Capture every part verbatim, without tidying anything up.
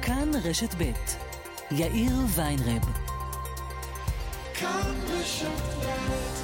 כאן רשת ב' יאיר ויינרב. כאן רשת ב'.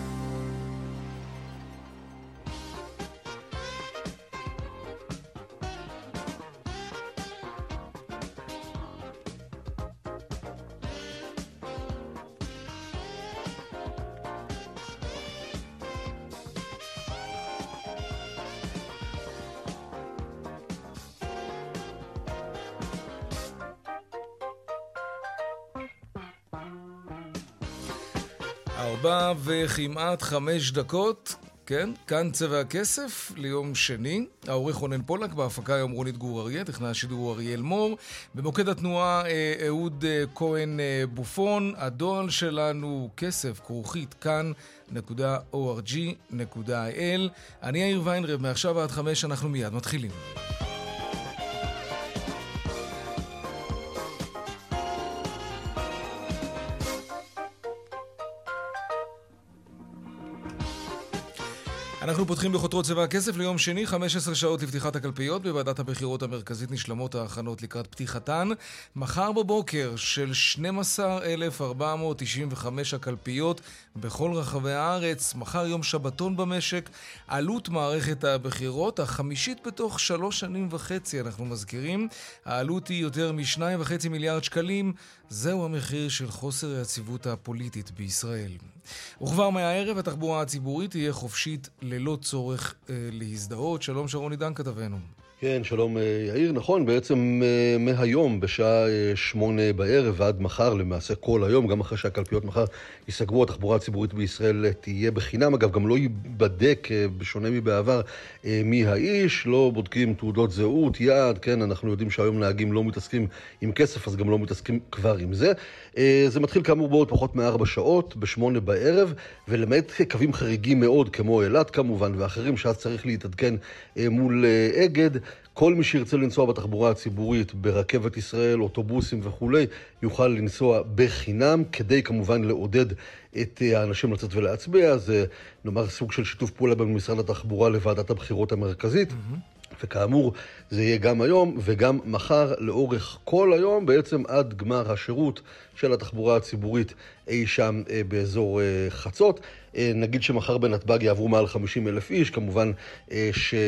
ארבע וכמעט חמש דקות, כן, כאן צבע הכסף ליום שני. העורך רונן פולק, בהפקה יום רונית גור אריה, טכנאי השידור אריאל מור, במוקד התנועה אהוד כהן בופון. הדואל שלנו כסף כרוכית כאן נקודה או אר ג'י נקודה איי אל. אני יאיר ויינרב, מעכשיו עד חמש אנחנו מיד מתחילים. אנחנו פותחים בחותרות צבע הכסף ליום שני, חמש עשרה שעות לפתיחת הקלפיות. בוועדת הבחירות המרכזית נשלמות ההכנות לקראת פתיחתן. מחר בבוקר של שנים עשר אלף ארבע מאות תשעים וחמש הקלפיות בכל רחבי הארץ. מחר יום שבתון במשק. עלות מערכת הבחירות החמישית בתוך שלוש שנים וחצי, אנחנו מזכירים. העלות היא יותר משניים וחצי מיליארד שקלים. זהו המחיר של חוסר היציבות הפוליטית בישראל. וכבר מהערב התחבורה הציבורית תהיה חופשית ללא צורך אה, להזדהות. שלום שרון עידן כתבנו. כן, שלום יאיר. נכון, בעצם מהיום בשעה שמונה בערב ועד מחר, למעשה כל היום, גם אחרי שהקלפיות מחר ייסגרו, התחבורה הציבורית בישראל תהיה בחינם. אגב, גם לא ייבדק, בשונה מבעבר, מי האיש, לא בודקים תעודות זהות, יעד, כן, אנחנו יודעים שהיום נהגים לא מתעסקים עם כסף, אז גם לא מתעסקים כבר עם זה. זה מתחיל כאמור בעוד פחות מארבע שעות, בשמונה בערב, ולמעט קווים חריגים מאוד, כמו אילת כמובן, ואחרים שאז צריך להתעדכן מול אגד, כל מי שירצה לנסוע בתחבורה הציבורית, ברכבת ישראל, אוטובוסים וכולי, יוכל לנסוע בחינם, כדי כמובן לעודד את האנשים לצאת ולהצביע. זה נאמר סוג של שיתוף פעולה בין משרד התחבורה לוועדת הבחירות המרכזית. Mm-hmm. וכאמור, זה יהיה גם היום וגם מחר לאורך כל היום, בעצם עד גמר השירות של התחבורה הציבורית אי שם אה, באזור אה, חצות. אה, נגיד שמחר בנתב"ג יעברו מעל חמישים אלף איש, כמובן אה,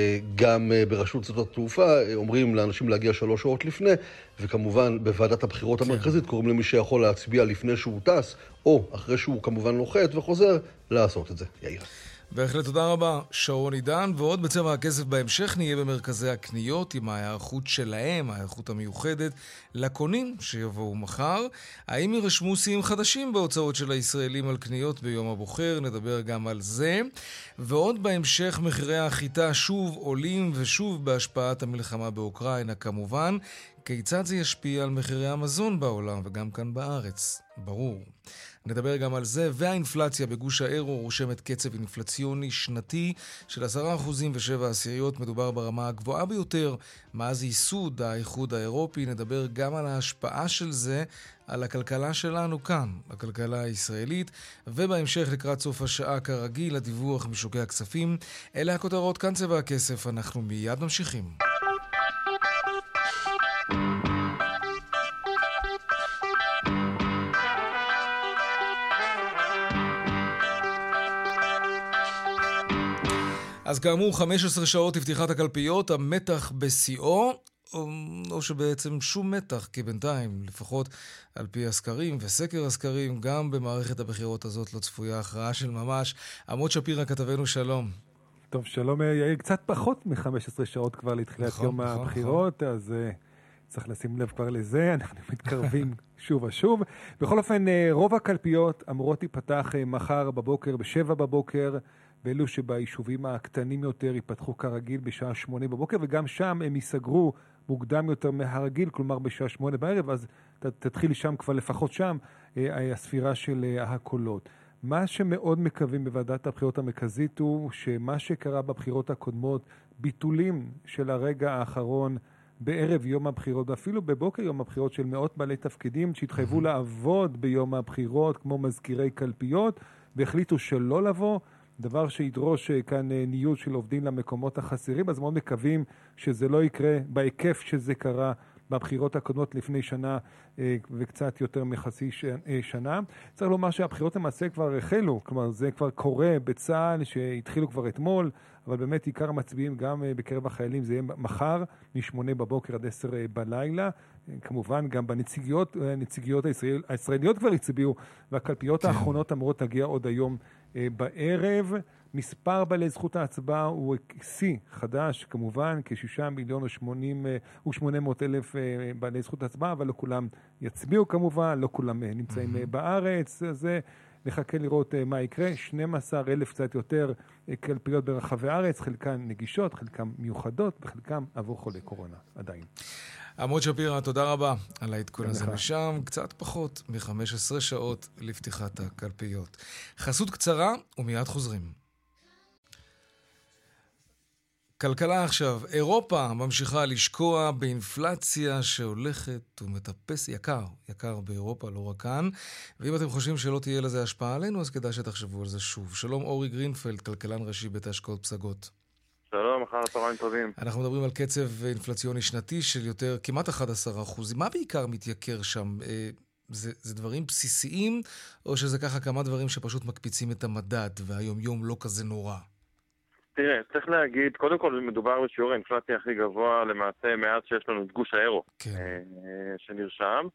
שגם אה, ברשות שדות התעופה אה, אומרים לאנשים להגיע שלוש שעות לפני, וכמובן בוועדת הבחירות כן. המרכזית קוראים למי שיכול להצביע לפני שהוא טס, או אחרי שהוא כמובן נוחת וחוזר, לעשות את זה. יאיר. בהחלט תודה רבה שרון עידן. ועוד בצבע הכסף בהמשך נהיה במרכזי הקניות עם ההיערכות שלהם, ההיערכות המיוחדת לקונים שיבואו מחר. האם ירשמו שיאים חדשים בהוצאות של הישראלים על קניות ביום הבוחר? נדבר גם על זה. ועוד בהמשך מחירי החיטה שוב עולים, ושוב בהשפעת המלחמה באוקראינה כמובן. כיצד זה ישפיע על מחירי המזון בעולם וגם כאן בארץ? ברור. נדבר גם על זה, והאינפלציה בגוש האירו רושמת קצב אינפלציוני שנתי של עשרה אחוזים ושבע עשיריות. מדובר ברמה הגבוהה ביותר מאז ייסוד האיחוד האירופי. נדבר גם על ההשפעה של זה על הכלכלה שלנו כאן, הכלכלה הישראלית. ובהמשך לקראת סוף השעה כרגיל, הדיווח משוקי הכספים. אלה הכותרות, כאן צבע הכסף, אנחנו מיד ממשיכים. אז כאמור, חמש עשרה שעות לפתיחת הקלפיות, המתח בשיאו, או, או שבעצם שום מתח, כי בינתיים, לפחות על פי הסקרים וסקר הסקרים, גם במערכת הבחירות הזאת לא צפויה הכרעה של ממש. עמוד שפירא כתבנו, שלום. טוב, שלום יאיר, קצת פחות מ-חמש עשרה שעות כבר לתחילת נכון, יום נכון, הבחירות, נכון. אז uh, צריך לשים לב כבר לזה, אנחנו מתקרבים שוב ושוב. בכל אופן, רוב הקלפיות אמורות להיפתח מחר בבוקר, בשבע בבוקר, ואלו שביישובים הקטנים יותר ייפתחו כרגיל בשעה שמונה בבוקר, וגם שם הם ייסגרו מוקדם יותר מהרגיל, כלומר בשעה שמונה בערב, אז ת, תתחיל שם כבר לפחות שם אה, הספירה של אה, הקולות. מה שמאוד מקווים בוועדת הבחירות המרכזית הוא שמה שקרה בבחירות הקודמות, ביטולים של הרגע האחרון בערב יום הבחירות, ואפילו בבוקר יום הבחירות של מאות בעלי תפקידים שהתחייבו לעבוד ביום הבחירות כמו מזכירי קלפיות, והחליטו שלא לבוא, דבר שידרוש כאן ניוד של עובדים למקומות החסרים, אז מאוד מקווים שזה לא יקרה בהיקף שזה קרה בבחירות הקודמות לפני שנה וקצת יותר מחצי שנה. צריך לומר שהבחירות למעשה כבר החלו, כלומר זה כבר קורה בצה"ל שהתחילו כבר אתמול, אבל באמת עיקר המצביעים גם בקרב החיילים זה יהיה מחר משמונה בבוקר עד עשר בלילה. כמובן גם בנציגיות, הנציגיות הישראל, הישראליות כבר הצביעו, והקלפיות כן. האחרונות אמורות להגיע עוד היום בערב. מספר בעלי זכות ההצבעה הוא שיא חדש, כמובן, כשישה מיליון ושמונה מאות אלף בעלי זכות ההצבעה, אבל לא כולם יצביעו כמובן, לא כולם נמצאים mm-hmm. בארץ, אז נחכה לראות מה יקרה. שנים עשר אלף קצת יותר קלפיות ברחבי הארץ, חלקן נגישות, חלקן מיוחדות, וחלקן עבור חולי קורונה עדיין. עמוד שפירא, תודה רבה על העדכון הזה משם, קצת פחות מ-חמש עשרה שעות לפתיחת הקלפיות. חסות קצרה ומיד חוזרים. כלכלה עכשיו, אירופה ממשיכה לשקוע באינפלציה שהולכת ומטפס יקר, יקר באירופה, לא רק כאן. ואם אתם חושבים שלא תהיה לזה השפעה עלינו, אז כדאי שתחשבו על זה שוב. שלום אורי גרינפלד, כלכלן ראשי בית ההשקעות פסגות. שלום, אחר הצהריים טובים. אנחנו מדברים על קצב אינפלציוני שנתי של יותר, כמעט אחד עשר אחוז. מה בעיקר מתייקר שם? זה, זה דברים בסיסיים, או שזה ככה כמה דברים שפשוט מקפיצים את המדד, והיום יום לא כזה נורא? תראה, צריך להגיד, קודם כל מדובר בשיעור האינפלציה הכי גבוה למעשה מאז שיש לנו את גוש האירו, כן. שנרשם,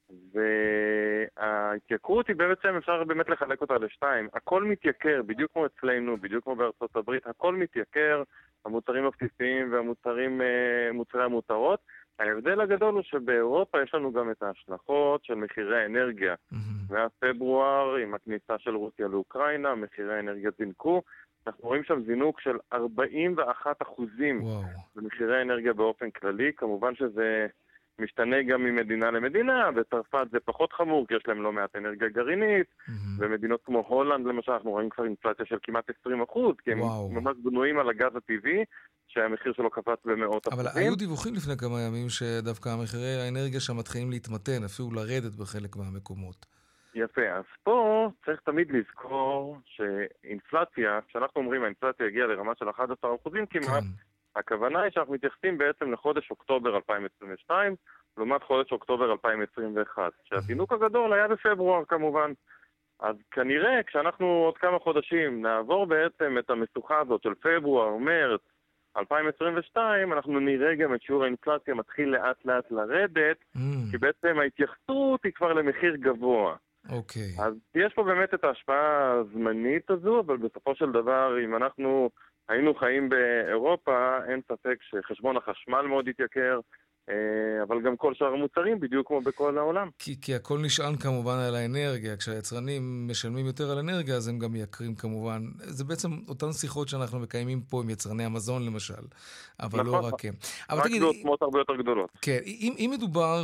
וההתייקרות היא בעצם אפשר באמת לחלק אותה לשתיים. הכל מתייקר, בדיוק כמו אצלנו, בדיוק כמו בארצות הברית, הכל מתייקר, המוצרים הבסיסיים והמוצרים, מוצרי המותרות. ההבדל הגדול הוא שבאירופה יש לנו גם את ההשלכות של מחירי האנרגיה. Mm-hmm. מהפברואר, עם הכניסה של רוסיה לאוקראינה, מחירי האנרגיה זינקו, אנחנו רואים שם זינוק של ארבעים ואחד אחוזים במחירי האנרגיה באופן כללי. כמובן שזה משתנה גם ממדינה למדינה, בצרפת זה פחות חמור, כי יש להם לא מעט אנרגיה גרעינית, mm-hmm. במדינות כמו הולנד למשל, אנחנו רואים כבר אינפלציה של כמעט עשרים אחוז, כי הם וואו. ממש בנויים על הגז הטבעי, שהמחיר שלו קפץ במאות אחוזים. אבל היו דיווחים לפני כמה ימים שדווקא מחירי האנרגיה שם מתחילים להתמתן, אפילו לרדת בחלק מהמקומות. יפה, אז פה צריך תמיד לזכור שאינפלציה, כשאנחנו אומרים האינפלציה הגיעה לרמה של אחד עשר אחוזים כמעט, כן. הכוונה היא שאנחנו מתייחסים בעצם לחודש אוקטובר אלפיים עשרים ושתיים, לעומת חודש אוקטובר אלפיים עשרים ואחת, שהתינוק הגדול היה בפברואר כמובן. אז כנראה כשאנחנו עוד כמה חודשים נעבור בעצם את המשוכה הזאת של פברואר, מרץ, אלפיים עשרים ושתיים, אנחנו נראה גם את שיעור האינפלציה מתחיל לאט לאט לרדת, mm. כי בעצם ההתייחסות היא כבר למחיר גבוה. אוקיי. Okay. אז יש פה באמת את ההשפעה הזמנית הזו, אבל בסופו של דבר, אם אנחנו היינו חיים באירופה, אין ספק שחשבון החשמל מאוד יתייקר, אבל גם כל שאר המוצרים בדיוק כמו בכל העולם. כי, כי הכל נשען כמובן על האנרגיה. כשהיצרנים משלמים יותר על אנרגיה, אז הם גם יקרים כמובן. זה בעצם אותן שיחות שאנחנו מקיימים פה עם יצרני המזון למשל, אבל נכון, לא רק הם. רק בעוצמות הרבה יותר גדולות. כן, אם, אם מדובר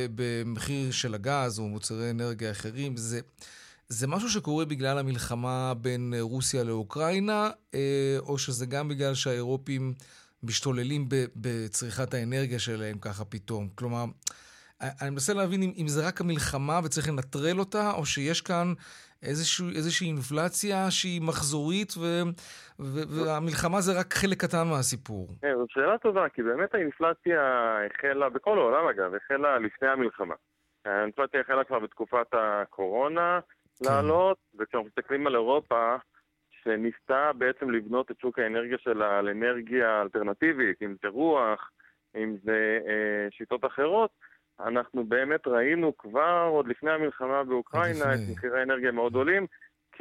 במחיר של הגז או מוצרי אנרגיה אחרים, זה... זה משהו שקורה בגלל המלחמה בין רוסיה לאוקראינה, או שזה גם בגלל שהאירופים משתוללים בצריכת האנרגיה שלהם ככה פתאום? כלומר, אני מנסה להבין אם, אם זה רק המלחמה וצריך לנטרל אותה, או שיש כאן איזושהי, איזושהי אינפלציה שהיא מחזורית, ו, ו, והמלחמה זה רק חלק קטן מהסיפור. זאת שאלה טובה, כי באמת האינפלציה החלה, בכל העולם אגב, החלה לפני המלחמה. האינפלציה החלה כבר בתקופת הקורונה, לעלות, וכשאנחנו מסתכלים על אירופה, שניסתה בעצם לבנות את שוק האנרגיה שלה על אנרגיה אלטרנטיבית, אם זה רוח, אם זה אה, שיטות אחרות, אנחנו באמת ראינו כבר עוד לפני המלחמה באוקראינה את מחירי האנרגיה מאוד עולים, כי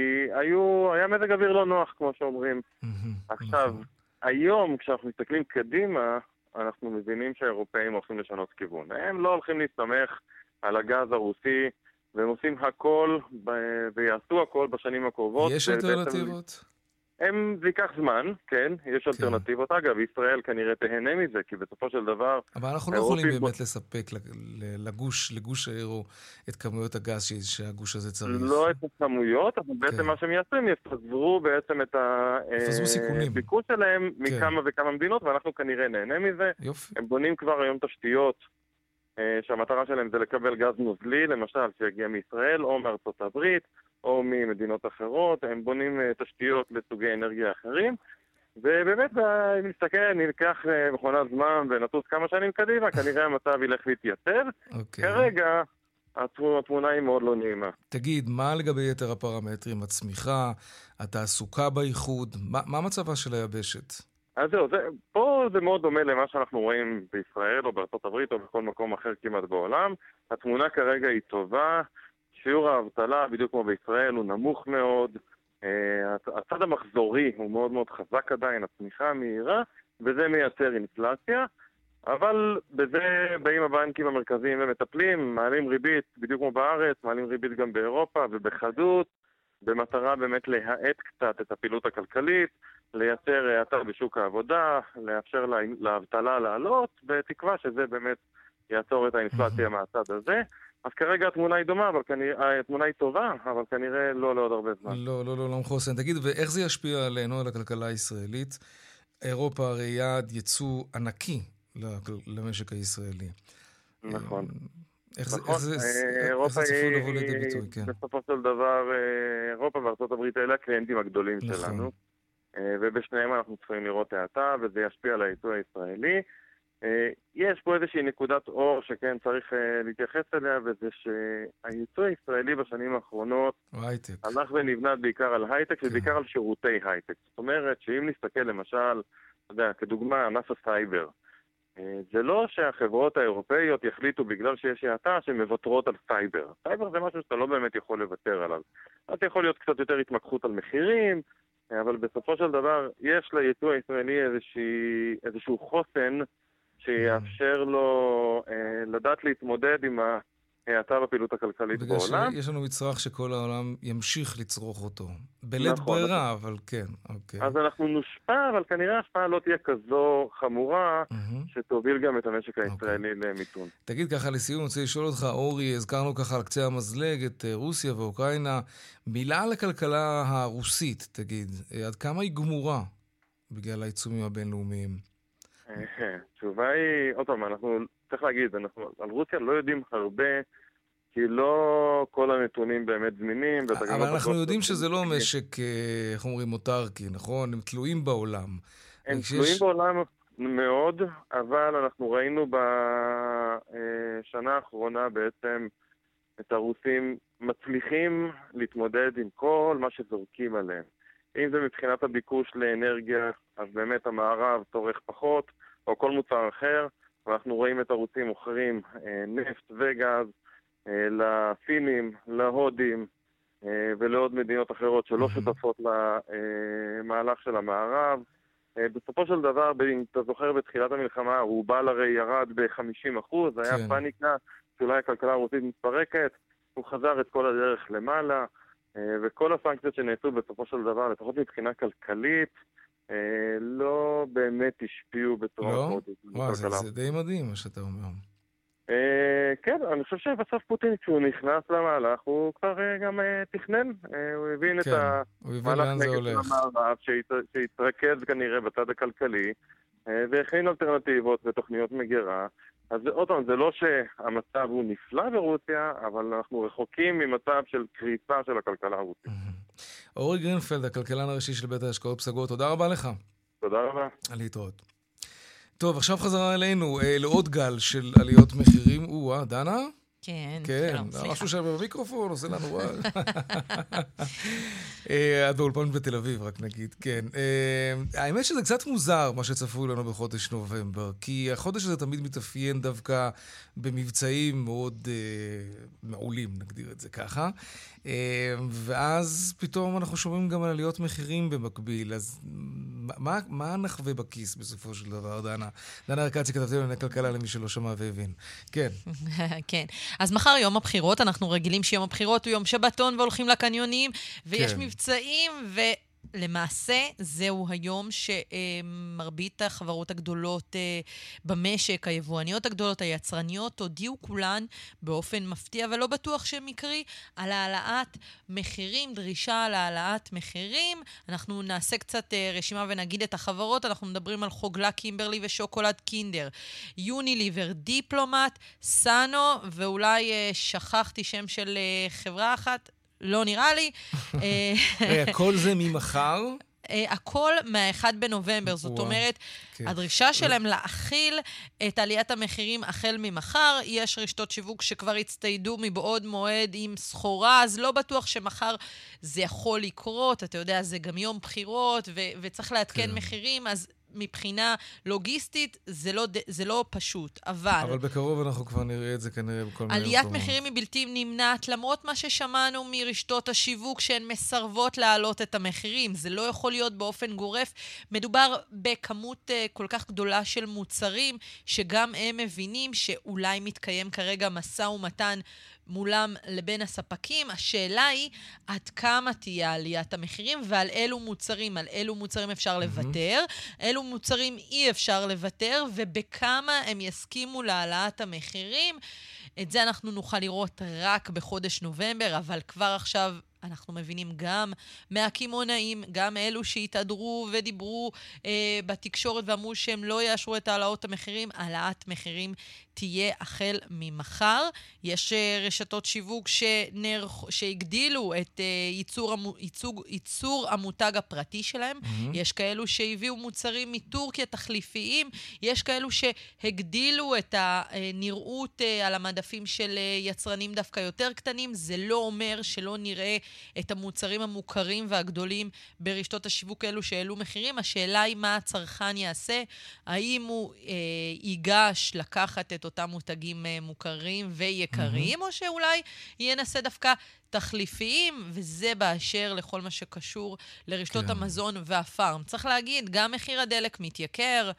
היו, היה מזג אוויר לא נוח, כמו שאומרים. עכשיו, היום כשאנחנו מסתכלים קדימה, אנחנו מבינים שהאירופאים הולכים לשנות כיוון. הם לא הולכים להסתמך על הגז הרוסי, והם עושים הכל ויעשו הכל בשנים הקרובות. יש אלטרנטיבות? הם, זה ייקח זמן, כן, יש אלטרנטיבות. אגב, ישראל כנראה תהנה מזה, כי בסופו של דבר... אבל אנחנו לא יכולים באמת לספק לגוש, לגוש האירו את כמויות הגז שהגוש הזה צריך. לא את הכמויות, אבל בעצם מה שהם יעשו, הם יפזרו בעצם את הביקוש שלהם מכמה וכמה מדינות, ואנחנו כנראה נהנה מזה. הם בונים כבר היום תשתיות, שהמטרה שלהם זה לקבל גז נוזלי, למשל, שיגיע מישראל או מארצות הברית, או ממדינות אחרות. הם בונים תשתיות לסוגי אנרגיה אחרים, ובאמת, אם נסתכל, נלקח מכונת זמן ונטוס כמה שנים קדימה, כנראה המצב ילך להתייצב. Okay. כרגע, התמונה היא מאוד לא נעימה. תגיד, מה לגבי יתר הפרמטרים? הצמיחה, התעסוקה באיחוד, מה, מה מצבה של היבשת? אז זהו, זה, פה זה מאוד דומה למה שאנחנו רואים בישראל או בארצות הברית או בכל מקום אחר כמעט בעולם. התמונה כרגע היא טובה, שיעור האבטלה, בדיוק כמו בישראל, הוא נמוך מאוד, הצד המחזורי הוא מאוד מאוד חזק עדיין, הצמיחה המהירה, וזה מייצר אינפלציה, אבל בזה באים הבנקים המרכזיים ומטפלים, מעלים ריבית, בדיוק כמו בארץ, מעלים ריבית גם באירופה ובחדות, במטרה באמת להאט קצת את הפעילות הכלכלית, לייצר האטה בשוק העבודה, לאפשר לאבטלה לעלות, בתקווה שזה באמת יעצור את האינפלציה מהצד הזה. אז כרגע התמונה היא דומה, אבל כנראה, התמונה היא טובה, אבל כנראה לא לעוד הרבה זמן. לא, לא, לא, לא מחוסן. תגיד, ואיך זה ישפיע עלינו, על הכלכלה הישראלית? אירופה הרי יעד ייצוא ענקי למשק הישראלי. נכון. איך זה, נכון. איך זה, איך זה צפוי לבוא לידי ביטוי, כן. בסופו של דבר, אירופה וארצות הברית האלה הקליינטים הגדולים נכון. שלנו, ובשניהם אנחנו צריכים לראות האטה, וזה ישפיע על הייצוא הישראלי. יש פה איזושהי נקודת אור שכן צריך להתייחס אליה, וזה שהייצוא הישראלי בשנים האחרונות הלך ונבנה בעיקר על הייטק, ובעיקר על שירותי הייטק. זאת אומרת שאם נסתכל למשל, אתה יודע, כדוגמה, ענף הסייבר, זה לא שהחברות האירופאיות יחליטו בגלל שיש האטה שמוותרות על סייבר. סייבר זה משהו שאתה לא באמת יכול לוותר עליו. אז יכול להיות קצת יותר התמקחות על מחירים, אבל בסופו של דבר יש לייצוא הישראלי איזושהי, איזשהו חוסן שיאפשר לו אה, לדעת להתמודד עם ההאטה בפעילות הכלכלית בגלל בעולם. בגלל שיש לנו מצרך שכל העולם ימשיך לצרוך אותו. בלית נכון, ברירה, נכון. אבל כן. אוקיי. אז אנחנו נושפע, אבל כנראה ההשפעה לא תהיה כזו חמורה, mm-hmm. שתוביל גם את המשק הישראלי אוקיי. למיתון. תגיד ככה לסיום, אני רוצה לשאול אותך, אורי, הזכרנו ככה על קצה המזלג את רוסיה ואוקראינה. מילה על הכלכלה הרוסית, תגיד, עד כמה היא גמורה בגלל העיצומים הבינלאומיים? תשובה היא, עוד פעם, אנחנו, צריך להגיד, אנחנו על רוסיה לא יודעים הרבה, כי לא כל הנתונים באמת זמינים. אבל אנחנו יודעים שזה לא משק, איך אומרים, מוטרקי, נכון? הם תלויים בעולם. הם תלויים בעולם מאוד, אבל אנחנו ראינו בשנה האחרונה בעצם את הרוסים מצליחים להתמודד עם כל מה שזורקים עליהם. אם זה מבחינת הביקוש לאנרגיה, אז באמת המערב צורך פחות, או כל מוצר אחר, ואנחנו רואים את הרוסים מוכרים אה, נפט וגז אה, לפינים, להודים אה, ולעוד מדינות אחרות שלא שותפות למהלך של המערב. אה, בסופו של דבר, אם אתה זוכר בתחילת המלחמה, רובל הרי ירד ב-חמישים אחוז, זה היה פאניקה שאולי הכלכלה הרוסית מתפרקת, הוא חזר את כל הדרך למעלה, וכל הסנקציות שנעשו בסופו של דבר, לפחות מבחינה כלכלית, לא באמת השפיעו בצורה לא? וואו, זה, זה די מדהים מה שאתה אומר. כן, אני חושב שבסוף פוטין, כשהוא נכנס למהלך, הוא כבר גם תכנן, הוא הבין כן, את המהלך נגד המערב, שהתרכז כנראה בצד הכלכלי, והכין אלטרנטיבות ותוכניות מגירה. אז עוד פעם, זה לא שהמצב הוא נפלא ברוסיה, אבל אנחנו רחוקים ממצב של קריסה של הכלכלה הרוסית. אורי גרינפלד, הכלכלן הראשי של בית ההשקעות פסגות, תודה רבה לך. תודה רבה. להתראות. טוב, עכשיו חזרה אלינו, לעוד גל של עליות מחירים. או-אה, דנה? כן, כן, משהו שם במיקרופון, עושה לנו רע. עד באולפן בתל אביב, רק נגיד, כן. האמת שזה קצת מוזר מה שצפוי לנו בחודש נובמבר, כי החודש הזה תמיד מתאפיין דווקא במבצעים מאוד מעולים, נגדיר את זה ככה. ואז פתאום אנחנו שומעים גם על עליות מחירים במקביל, אז מה, מה נחווה בכיס בסופו של דבר, דנה? דנה ארקצי, כתבתי לנו כלכלה למי שלא שמע והבין. כן. כן. אז מחר יום הבחירות, אנחנו רגילים שיום הבחירות הוא יום שבתון והולכים לקניונים, ויש כן. מבצעים, ולמעשה זהו היום שמרבית החברות הגדולות במשק, היבואניות הגדולות, היצרניות, הודיעו כולן באופן מפתיע, ולא בטוח שמקרי, על העלאת מחירים, דרישה על העלאת מחירים. אנחנו נעשה קצת רשימה ונגיד את החברות, אנחנו מדברים על חוגלה קימברלי ושוקולד קינדר, יוניליבר, דיפלומט, סאנו, ואולי שכחתי שם של חברה אחת, לא נראה לי. כל זה ממחר? אה, הכל מה-אחד בנובמבר. זאת וואו. אומרת, כן. הדרישה שלהם להכיל את עליית המחירים החל ממחר. יש רשתות שיווק שכבר הצטיידו מבעוד מועד עם סחורה, אז לא בטוח שמחר זה יכול לקרות. אתה יודע, זה גם יום בחירות, ו- וצריך לעדכן כן. מחירים, אז מבחינה לוגיסטית זה לא, זה לא פשוט, אבל... אבל בקרוב אנחנו כבר נראה את זה כנראה בכל מיני עליית מקומות. מחירים היא בלתי נמנעת, למרות מה ששמענו מרשתות השיווק שהן מסרבות להעלות את המחירים. זה לא יכול להיות באופן גורף. מדובר בכמות uh, כל כך גדולה של מוצרים, שגם הם מבינים שאולי מתקיים כרגע משא ומתן מולם לבין הספקים. השאלה היא עד כמה תהיה עליית המחירים ועל אילו מוצרים, על אילו מוצרים אפשר לוותר, אילו מוצרים אי אפשר לוותר, ובכמה הם יסכימו להעלאת המחירים. את זה אנחנו נוכל לראות רק בחודש נובמבר, אבל כבר עכשיו אנחנו מבינים גם מהקימונאים, גם אלו שהתהדרו ודיברו אה, בתקשורת ואמרו שהם לא יאשרו את העלאות המחירים. העלאת מחירים תהיה החל ממחר. יש אה, רשתות שיווק שנערכ... שהגדילו את אה, ייצור, המו... ייצוג... ייצור המותג הפרטי שלהם. Mm-hmm. יש כאלו שהביאו מוצרים מטורקיה תחליפיים. יש כאלו שהגדילו את הנראות אה, על המדפים של אה, יצרנים דווקא יותר קטנים. זה לא אומר שלא נראה את המוצרים המוכרים והגדולים ברשתות השיווק האלו שהעלו מחירים. השאלה היא מה הצרכן יעשה, האם הוא אה, ייגש לקחת את אותם מותגים אה, מוכרים ויקרים, mm-hmm. או שאולי ינסה דווקא תחליפיים, וזה באשר לכל מה שקשור לרשתות כן. המזון והפארם. צריך להגיד, גם מחיר הדלק מתייקר,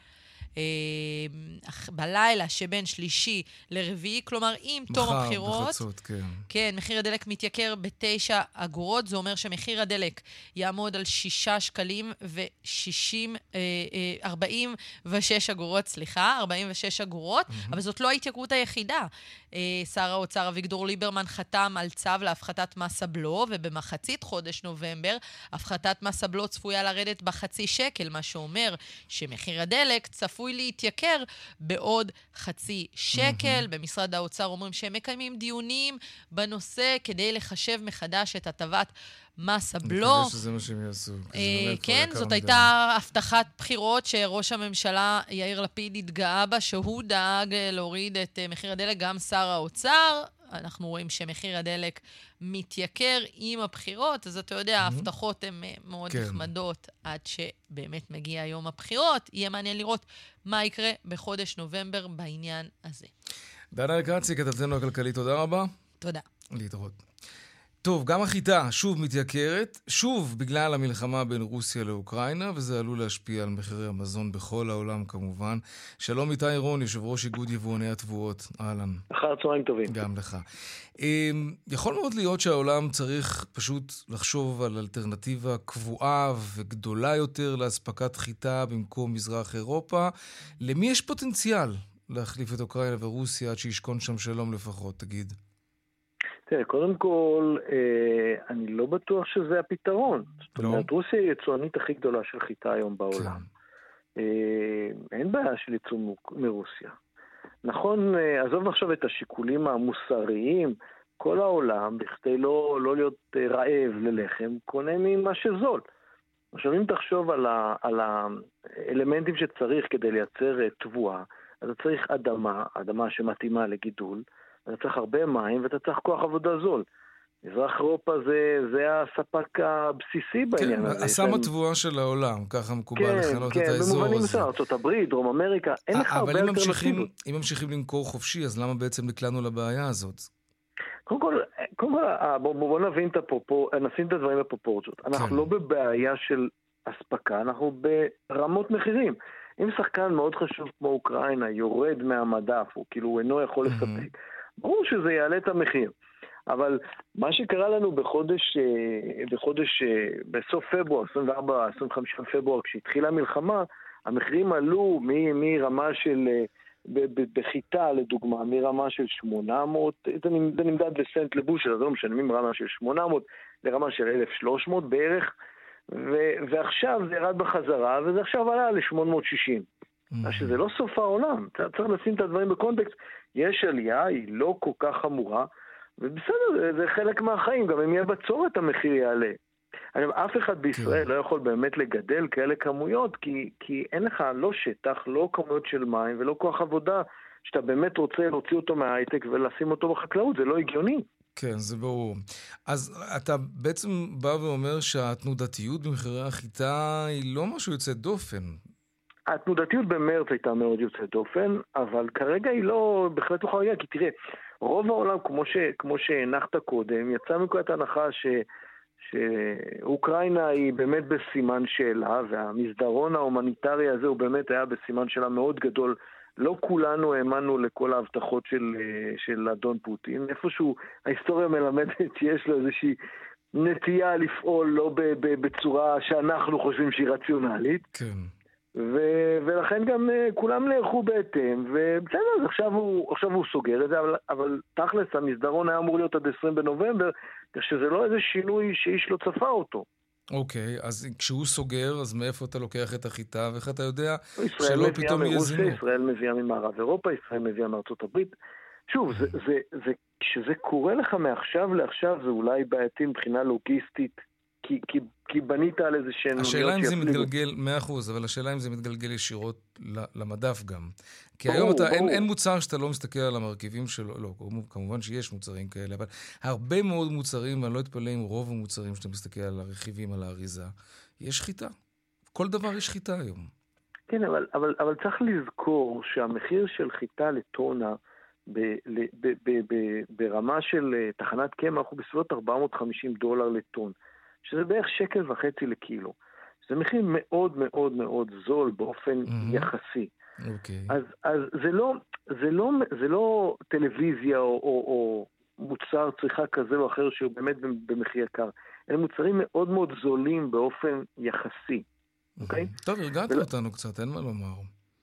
בלילה שבין שלישי לרביעי, כלומר עם תום הבחירות, בחצות, כן. כן, מחיר הדלק מתייקר בתשע אגורות, זה אומר שמחיר הדלק יעמוד על שישה שקלים ושישים, ארבעים ושש אגורות, סליחה, ארבעים ושש אגורות, mm-hmm. אבל זאת לא ההתייקרות היחידה. שר האוצר אביגדור ליברמן חתם על צו להפחתת מס הבלו, ובמחצית חודש נובמבר, הפחתת מס הבלו צפויה לרדת בחצי שקל, מה שאומר שמחיר הדלק צפוי להתייקר בעוד חצי שקל. Mm-hmm. במשרד האוצר אומרים שהם מקיימים דיונים בנושא כדי לחשב מחדש את הטבת מס הבלו. אני חושב שזה מה שהם יעשו. אה, כן, זאת הייתה הבטחת בחירות שראש הממשלה יאיר לפיד התגאה בה, שהוא דאג להוריד את מחיר הדלק, גם שר האוצר. אנחנו רואים שמחיר הדלק מתייקר עם הבחירות, אז אתה יודע, ההבטחות הן מאוד כן. נחמדות עד שבאמת מגיע יום הבחירות. יהיה מעניין לראות מה יקרה בחודש נובמבר בעניין הזה. דנה אלקרצי, כתבתנו הכלכלית, תודה רבה. תודה. להתראות. טוב, גם החיטה שוב מתייקרת, שוב בגלל המלחמה בין רוסיה לאוקראינה, וזה עלול להשפיע על מחירי המזון בכל העולם כמובן. שלום איתי רון, יושב ראש איגוד יבואני התבואות. אהלן. אחר צהריים טובים. גם לך. יכול מאוד להיות שהעולם צריך פשוט לחשוב על אלטרנטיבה קבועה וגדולה יותר להספקת חיטה במקום מזרח אירופה. למי יש פוטנציאל להחליף את אוקראינה ורוסיה עד שישכון שם שלום לפחות, תגיד? תראה, קודם כל, אני לא בטוח שזה הפתרון. זאת אומרת, רוסיה היא היצואנית הכי גדולה של חיטה היום בעולם. אין בעיה של ייצוא מרוסיה. נכון, עזוב עכשיו את השיקולים המוסריים, כל העולם, בכדי לא, לא להיות רעב ללחם, קונה ממה שזול. עכשיו, אם תחשוב על, ה, על האלמנטים שצריך כדי לייצר תבואה, אז אתה צריך אדמה, אדמה שמתאימה לגידול, אתה צריך הרבה מים ואתה צריך כוח עבודה זול. מזרח אירופה זה, זה הספק הבסיסי בעניין הזה. כן, הסם התבואה של העולם, ככה מקובל לכנות את האזור הזה. כן, במובנים מסוים, ארצות הברית, דרום אמריקה, אין לך הרבה אלטרנטיבות. אבל אם ממשיכים למכור חופשי, אז למה בעצם נקלענו לבעיה הזאת? קודם כל, קודם כל בוא, בוא נבין את הפרופור... נשים את הדברים בפרופורציות. אנחנו לא בבעיה של הספקה, אנחנו ברמות מחירים. אם שחקן מאוד חשוב כמו אוקראינה יורד מהמדף, הוא כאילו אינו יכול לספק, ברור שזה יעלה את המחיר. אבל מה שקרה לנו בחודש, בחודש, בסוף פברואר, עשרים וארבעה עד עשרים וחמישה פברואר, כשהתחילה המלחמה, המחירים עלו מרמה של, בחיטה לדוגמה, מרמה של שמונה מאות, זה נמדד לסנט לבושל, אז לא משנה, מרמה של שמונה מאות לרמה של אלף ושלוש מאות בערך, ו- ועכשיו זה ירד בחזרה, וזה עכשיו עלה ל-שמונה מאות ושישים. אז שזה לא סוף העולם, צריך לשים את הדברים בקונטקסט, יש עלייה, היא לא כל כך חמורה, ובסדר, זה, זה חלק מהחיים, גם אם יהיה בצורת המחיר יעלה. אף אחד בישראל לא יכול באמת לגדל כאלה כמויות, כי, כי אין לך לא שטח, לא כמויות של מים ולא כוח עבודה, שאתה באמת רוצה להוציא אותו מההייטק ולשים אותו בחקלאות, זה לא הגיוני. כן, זה ברור. אז אתה בעצם בא ואומר שהתנודתיות במחירי החיטה היא לא משהו יוצא דופן. התנודתיות במרץ הייתה מאוד יוצאת דופן, אבל כרגע היא לא, בהחלט לא חריגה, כי תראה, רוב העולם, כמו, ש, כמו שהנחת קודם, יצא מנקודת ההנחה ש, שאוקראינה היא באמת בסימן שאלה, והמסדרון ההומניטרי הזה הוא באמת היה בסימן שאלה מאוד גדול. לא כולנו האמנו לכל ההבטחות של, של אדון פוטין. איפשהו ההיסטוריה מלמדת שיש לו איזושהי נטייה לפעול לא בצורה שאנחנו חושבים שהיא רציונלית. כן. ו- ולכן גם uh, כולם נערכו בהתאם, ובסדר, אז עכשיו הוא, עכשיו הוא סוגר את זה, אבל, אבל תכלס המסדרון היה אמור להיות עד עשרים בנובמבר, כשזה לא איזה שינוי שאיש לא צפה אותו. אוקיי, אז כשהוא סוגר, אז מאיפה אתה לוקח את החיטה, ואיך אתה יודע שלא פתאום יהיה זינוק? ישראל מביאה ממערב אירופה, ישראל מביאה מארצות הברית. שוב, זה, זה, זה, כשזה קורה לך מעכשיו לעכשיו, זה אולי בעייתי מבחינה לוגיסטית, כי, כי, כי בנית על איזה שהן... השאלה אם זה מתגלגל, מאה אחוז, אבל השאלה אם זה מתגלגל ישירות למדף גם. כי ברור, היום אתה, ברור. אין, אין מוצר שאתה לא מסתכל על המרכיבים שלו, לא, כמובן שיש מוצרים כאלה, אבל הרבה מאוד מוצרים, ואני לא אתפלא עם רוב המוצרים שאתה מסתכל על הרכיבים, על האריזה, יש חיטה. כל דבר יש חיטה היום. כן, אבל, אבל, אבל צריך לזכור שהמחיר של חיטה לטונה, ב, ב, ב, ב, ב, ברמה של תחנת קמח, הוא בסביבות ארבע מאות וחמישים דולר לטון. שזה בערך שקל וחצי לקילו. זה מחיר מאוד מאוד מאוד זול באופן mm-hmm. יחסי. Okay. אז, אז זה לא, זה לא, זה לא טלוויזיה או, או, או מוצר צריכה כזה או אחר שהוא באמת במחיר יקר. אלה מוצרים מאוד מאוד זולים באופן יחסי. Mm-hmm. Okay? טוב, הרגעת ולא... אותנו קצת, אין מה לומר.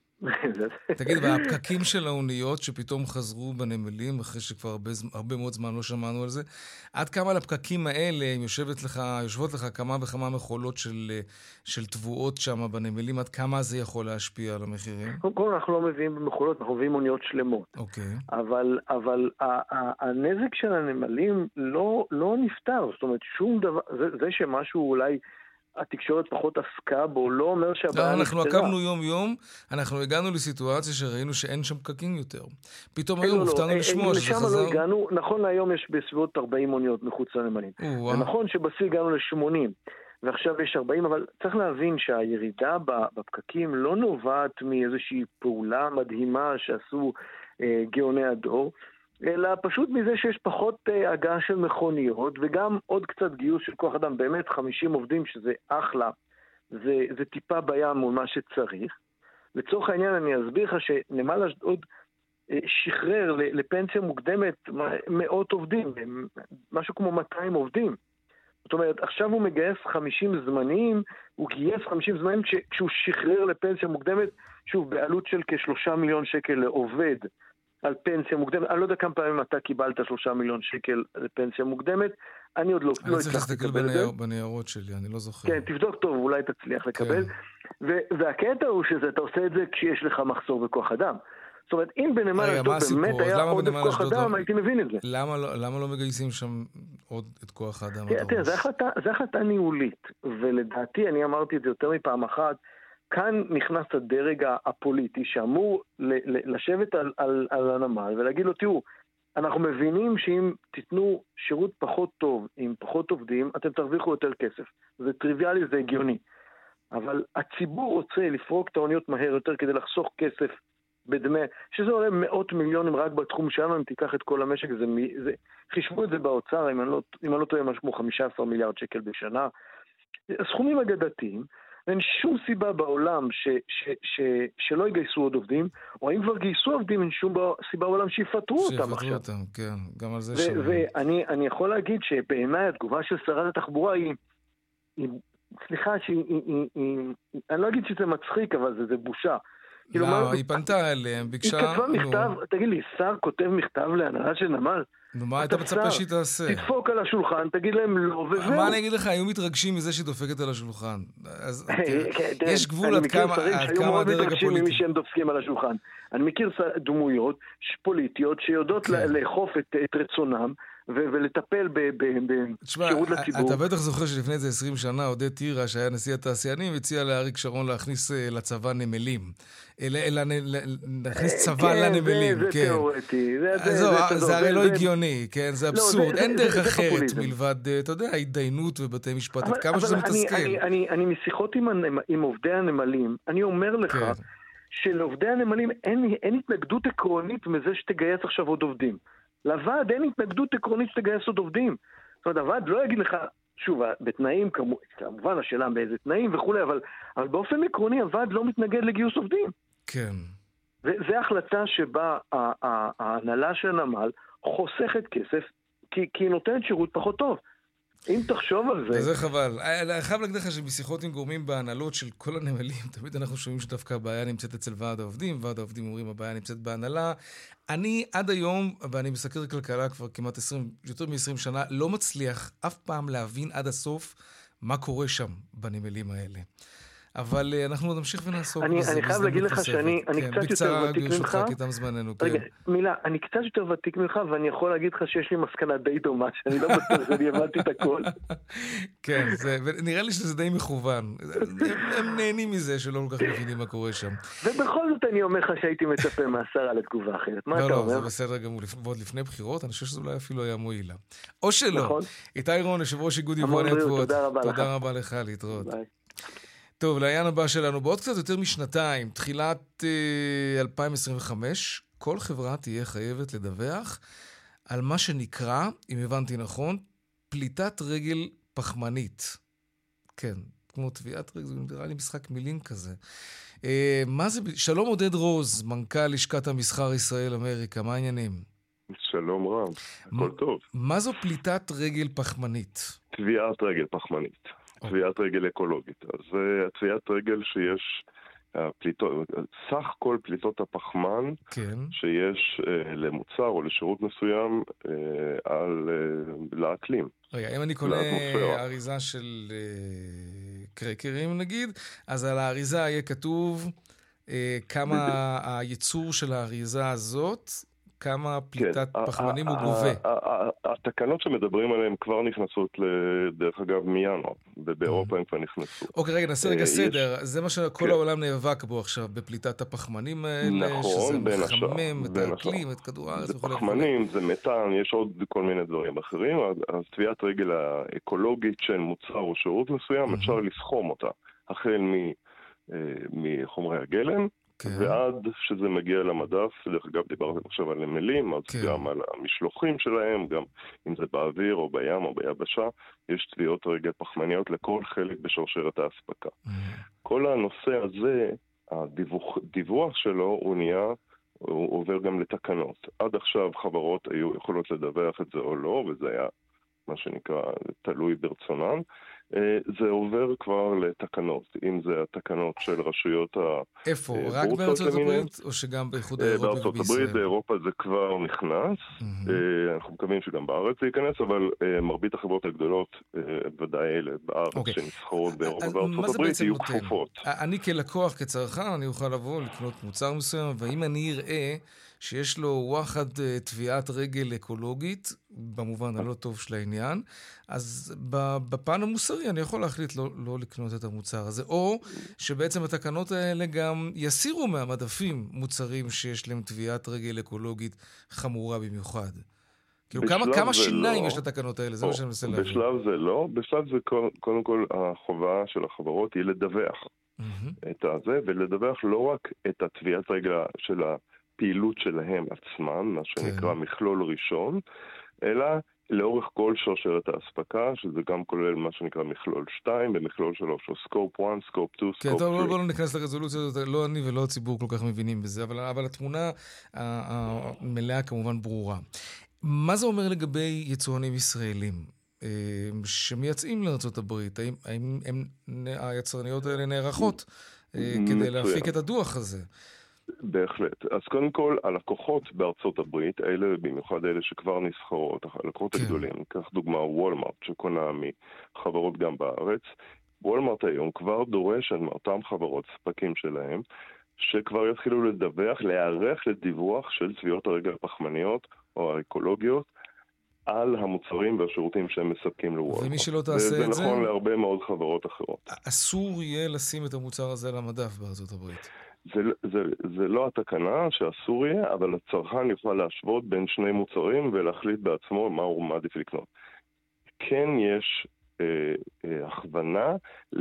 תגיד, והפקקים של האוניות שפתאום חזרו בנמלים, אחרי שכבר הרבה, הרבה מאוד זמן לא שמענו על זה, עד כמה לפקקים האלה יושבת לך, יושבות לך כמה וכמה מכולות של, של תבואות שם בנמלים, עד כמה זה יכול להשפיע על המחירים? קודם כל אנחנו לא מביאים במכולות, אנחנו מביאים אוניות שלמות. אוקיי. אבל, אבל הנזק של הנמלים לא, לא נפטר, זאת אומרת, שום דבר, זה, זה שמשהו אולי... התקשורת פחות עסקה בו, לא אומר שהבעיה נפתרה. אנחנו עקבנו יום יום, אנחנו הגענו לסיטואציה שראינו שאין שם פקקים יותר. פתאום היום הופתענו לשמוע שזה חזר. לשם לא הגענו, נכון להיום יש בסביבות ארבעים אוניות מחוץ לנמלים. ונכון שבשיא הגענו ל-שמונים, ועכשיו יש ארבעים, אבל צריך להבין שהירידה בפקקים לא נובעת מאיזושהי פעולה מדהימה שעשו גאוני הדור, אלא פשוט מזה שיש פחות uh, הגעה של מכוניות, וגם עוד קצת גיוס של כוח אדם, באמת חמישים עובדים שזה אחלה, זה, זה טיפה בים מול מה שצריך. לצורך העניין אני אסביר לך שנמל אשדוד uh, שחרר לפנסיה מוקדמת מאות עובדים, משהו כמו מאתיים עובדים. זאת אומרת, עכשיו הוא מגייס חמישים זמניים, הוא גייס חמישים זמניים כשהוא שחרר לפנסיה מוקדמת, שוב, בעלות של כשלושה מיליון שקל לעובד, על פנסיה מוקדמת. אני לא יודע כמה פעמים אתה קיבלת שלושה מיליון שקל לפנסיה מוקדמת, אני עוד לא הצלחתי לקבל את זה. אני צריך להסתכל בניירות שלי, אני לא זוכר. כן, תבדוק טוב, אולי תצליח לקבל. והקטע הוא שאתה עושה את זה כשיש לך מחסור בכוח אדם. זאת אומרת, אם בנמל אשדוד באמת היה עוד כוח אדם, הייתי מבין את זה. למה לא מגייסים שם עוד את כוח האדם? תראה, זו החלטה ניהולית, ולדעתי, אני אמרתי את זה יותר מפעם אחת, כאן נכנס הדרג הפוליטי שאמור לשבת על, על, על הנמל ולהגיד לו, תראו, אנחנו מבינים שאם תיתנו שירות פחות טוב, עם פחות עובדים, אתם תרוויחו יותר כסף. זה טריוויאלי, זה הגיוני. אבל הציבור רוצה לפרוק את האוניות מהר יותר כדי לחסוך כסף בדמי, שזה עולה מאות מיליונים רק בתחום שלנו, אם תיקח את כל המשק, זה, זה, חישבו את זה באוצר, אם אני לא, אם אני לא טועה משהו חמישה עשר מיליארד שקל בשנה. הסכומים אגדתיים, אין שום סיבה בעולם ש, ש, ש, שלא יגייסו עוד עובדים, או אם כבר גייסו עובדים, אין שום סיבה בעולם שיפטרו אותם עכשיו. שיפטרו אותם, כן, גם על זה ו- שם. ואני אני יכול להגיד שבעיניי התגובה של שרת התחבורה היא, היא סליחה, שהיא, היא, היא, היא, אני לא אגיד שזה מצחיק, אבל זה, זה בושה. לא, מה, היא פנתה אליהם, ביקשה... היא כתבה מכתב, נו... תגיד לי, שר כותב מכתב להנהלה של נמל? נו, מה היית מצפה שהיא תעשה? תדפוק על השולחן, תגיד להם לא, וזהו. מה אני אגיד לך, היו מתרגשים מזה שהיא דופקת על השולחן. אז יש גבול עד כמה הדרג הפוליטי. אני מכיר שרים שהיו מאוד מתרגשים ממי שהם דופקים על השולחן. אני מכיר דמויות פוליטיות שיודעות לאכוף את רצונם, ו- ולטפל בשירות לציבור. אתה בטח זוכר שלפני איזה עשרים שנה, עודד טירה, שהיה נשיא התעשיינים, הציע לאריק שרון להכניס לצבא נמלים. להכניס צבא לנמלים. זה תיאורטי. זה הרי לא הגיוני, כן? זה אבסורד. אין דרך אחרת מלבד, אתה יודע, ההתדיינות ובתי משפט, עד כמה שזה מתסכל. אני משיחות עם עובדי הנמלים, אני אומר לך, שלעובדי הנמלים אין, אין התנגדות עקרונית מזה שתגייס עכשיו עוד עובדים. לוועד אין התנגדות עקרונית שתגייס עוד עובדים. זאת אומרת, הוועד לא יגיד לך, שוב, בתנאים, כמובן השאלה באיזה תנאים וכו', אבל, אבל באופן עקרוני הוועד לא מתנגד לגיוס עובדים. כן. וזו החלטה שבה ההנהלה של הנמל חוסכת כסף, כי, כי היא נותנת שירות פחות טוב. אם תחשוב על זה... וזה חבל. אני חייב להגיד לך שבשיחות עם גורמים בהנהלות של כל הנמלים, תמיד אנחנו שומעים שדווקא הבעיה נמצאת אצל ועד העובדים, ועד העובדים אומרים הבעיה נמצאת בהנהלה. אני עד היום, ואני מסקר כלכלה כבר כמעט עשרים, יותר מ-עשרים שנה, לא מצליח אף פעם להבין עד הסוף מה קורה שם בנמלים האלה. אבל אנחנו נמשיך ונעסוק בזה. אני חייב להגיד לך שאני קצת יותר ותיק ממך. רגע, מילה, אני קצת יותר ותיק ממך, ואני יכול להגיד לך שיש לי מסקנה די דומה, שאני לא בטוח שאני הבנתי את הכל. כן, ונראה לי שזה די מכוון. הם נהנים מזה שלא כל כך מבינים מה קורה שם. ובכל זאת אני אומר לך שהייתי מצפה מהשרה לתגובה אחרת. מה אתה אומר? לא, לא, זה בסדר גמור. ועוד לפני בחירות, אני חושב שזה אולי אפילו היה מועילה. או שלא. איתי רון, יושב ראש איגוד יבואני התבואות. תודה רבה לך, להתראות. טוב, לעניין הבא שלנו, בעוד קצת יותר משנתיים, תחילת אה, אלפיים עשרים וחמש, כל חברה תהיה חייבת לדווח על מה שנקרא, אם הבנתי נכון, פליטת רגל פחמנית. כן, כמו טביעת רגל, זה נראה לי משחק מילים כזה. אה, מה זה? שלום עודד רוז, מנכ"ל לשכת המסחר ישראל אמריקה, מה העניינים? שלום רב, הכל טוב. מה זו פליטת רגל פחמנית? טביעת רגל פחמנית. טביעת רגל אקולוגית. אז טביעת רגל שיש פליטות, סך כל פליטות הפחמן כן. שיש אה, למוצר או לשירות מסוים אה, על אה, לאקלים. רגע, אם אני קונה אריזה של אה, קרקרים נגיד, אז על האריזה יהיה כתוב אה, כמה הייצור של האריזה הזאת, כמה פליטת כן. פחמנים הוא גובה. התקנות שמדברים עליהן כבר נכנסות, דרך אגב, מינואר, ובאירופה הן כבר נכנסו. אוקיי, רגע, נעשה רגע סדר. זה מה שכל העולם נאבק בו עכשיו, בפליטת הפחמנים האלה, שזה מחמם את האקלים, את כדור הארץ. זה פחמנים, זה מתאן, יש עוד כל מיני דברים אחרים. אז טביעת רגל האקולוגית של מוצר או שירות מסוים, אפשר לסכום אותה, החל מחומרי הגלם, כן. ועד שזה מגיע למדף, דרך אגב דיברתם עכשיו על נמלים, אז כן. גם על המשלוחים שלהם, גם אם זה באוויר או בים או ביבשה, יש טביעות רגל פחמניות לכל חלק בשרשרת האספקה. Mm. כל הנושא הזה, הדיווח דיווח שלו, הוא נהיה, הוא עובר גם לתקנות. עד עכשיו חברות היו יכולות לדווח את זה או לא, וזה היה מה שנקרא תלוי ברצונן. זה עובר כבר לתקנות, אם זה התקנות של רשויות ה... איפה? רק בארצות הברית או שגם באיחוד האירופי ובישראל? בארצות הברית, באירופה זה כבר נכנס, אנחנו מקווים שגם בארץ זה ייכנס, אבל מרבית החברות הגדולות, ודאי אלה בארץ שנסחרות באירופה ובארצות הברית, יהיו כפופות. אני כלקוח, כצרכן, אני אוכל לבוא לקנות מוצר מסוים, ואם אני אראה שיש לו וואחד טביעת רגל אקולוגית, במובן הלא טוב של העניין, אז בפן המוסרי אני יכול להחליט לא, לא לקנות את המוצר הזה, או שבעצם התקנות האלה גם יסירו מהמדפים מוצרים שיש להם טביעת רגל אקולוגית חמורה במיוחד. כאילו כמה, כמה שיניים לא. יש לתקנות האלה? זה מה שאני מנסה להבין. בשלב זה לא, בשלב זה קודם כל החובה של החברות היא לדווח mm-hmm. את הזה, ולדווח לא רק את הטביעת רגל של ה... פעילות שלהם עצמם, מה שנקרא כן. מכלול ראשון, אלא לאורך כל שרשרת האספקה, שזה גם כולל מה שנקרא מכלול שתיים, ומכלול שלוש, או סקופ אחת, סקופ שתיים, כן, סקופ שלוש. כן, טוב, לא ניכנס לרזולוציה הזאת, לא אני ולא הציבור כל כך מבינים בזה, אבל, אבל התמונה המלאה כמובן ברורה. מה זה אומר לגבי יצואנים ישראלים שמייצאים לארצות הברית? האם, האם הם, היצרניות האלה נערכות כדי להפיק את הדוח הזה? בהחלט. אז קודם כל, הלקוחות בארצות הברית, אלה במיוחד אלה שכבר נסחרות, הלקוחות כן. הגדולים, כך דוגמה וולמארט שקונה מחברות גם בארץ, וולמארט היום כבר דורש על אותם חברות ספקים שלהם, שכבר יתחילו לדווח, להיערך לדיווח של טביעות הרגל הפחמניות או האקולוגיות, על המוצרים והשירותים שהם מספקים לוולמארט. ומי שלא תעשה את זה... וזה נכון להרבה מאוד חברות אחרות. אסור יהיה לשים את המוצר הזה על המדף בארצות הברית. זה, זה, זה לא התקנה שאסור יהיה, אבל הצרכן יוכל להשוות בין שני מוצרים ולהחליט בעצמו מה הוא מעדיף לקנות. כן יש אה, אה, הכוונה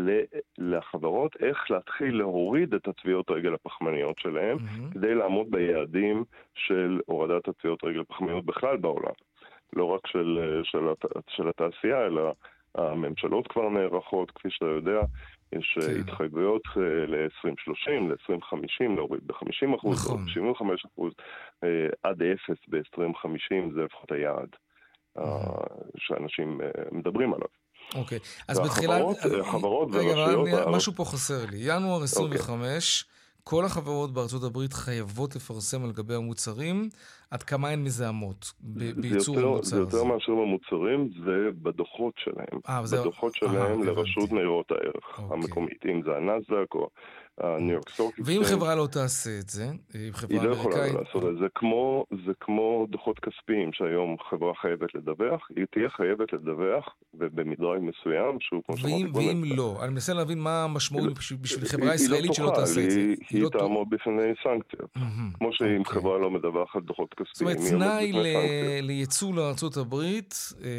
לחברות איך להתחיל להוריד את התביעות רגל הפחמניות שלהם, mm-hmm. כדי לעמוד ביעדים של הורדת התביעות רגל הפחמניות בכלל בעולם. לא רק של, של, של התעשייה, אלא הממשלות כבר נערכות, כפי שאתה יודע, יש כן. התחייבויות ל-עשרים שלושים, ל-עשרים חמישים, להוריד ב-חמישים אחוז, נכון. ב-שבעים וחמישה אחוז, עד אפס ב-עשרים חמישים, זה לפחות היעד mm-hmm. שאנשים מדברים עליו. אוקיי, אז בתחילה... החברות רגע, ורשויות... רגע, משהו פה חסר לי. ינואר עשרים וחמש, אוקיי. כל החברות בארצות הברית חייבות לפרסם על גבי המוצרים, עד כמה הן מזהמות בייצור המוצר הזה. זה יותר מאשר במוצרים, זה בדוחות שלהם. 아, בדוחות זה... שלהם 아, לרשות ניירות הערך אוקיי. המקומית, אם זה הנסדק או הניו יורק סטוק. ואם חברה לא תעשה את זה, אם חברה היא לא אמריקאית... יכולה לעשות את זה. זה כמו, זה כמו דוחות כספיים שהיום חברה חייבת לדווח, היא תהיה חייבת לדווח, ובמדרג מסוים, שהוא כמו ואם, ואם לא, אני מנסה להבין מה המשמעות בשביל חברה ישראלית שלא תעשה את זה. היא לא תעמוד בפני סנקציות. כמו שאם חברה לא מדווחת דוחות כספיים. זאת אומרת, תנאי לייצוא לארצות הברית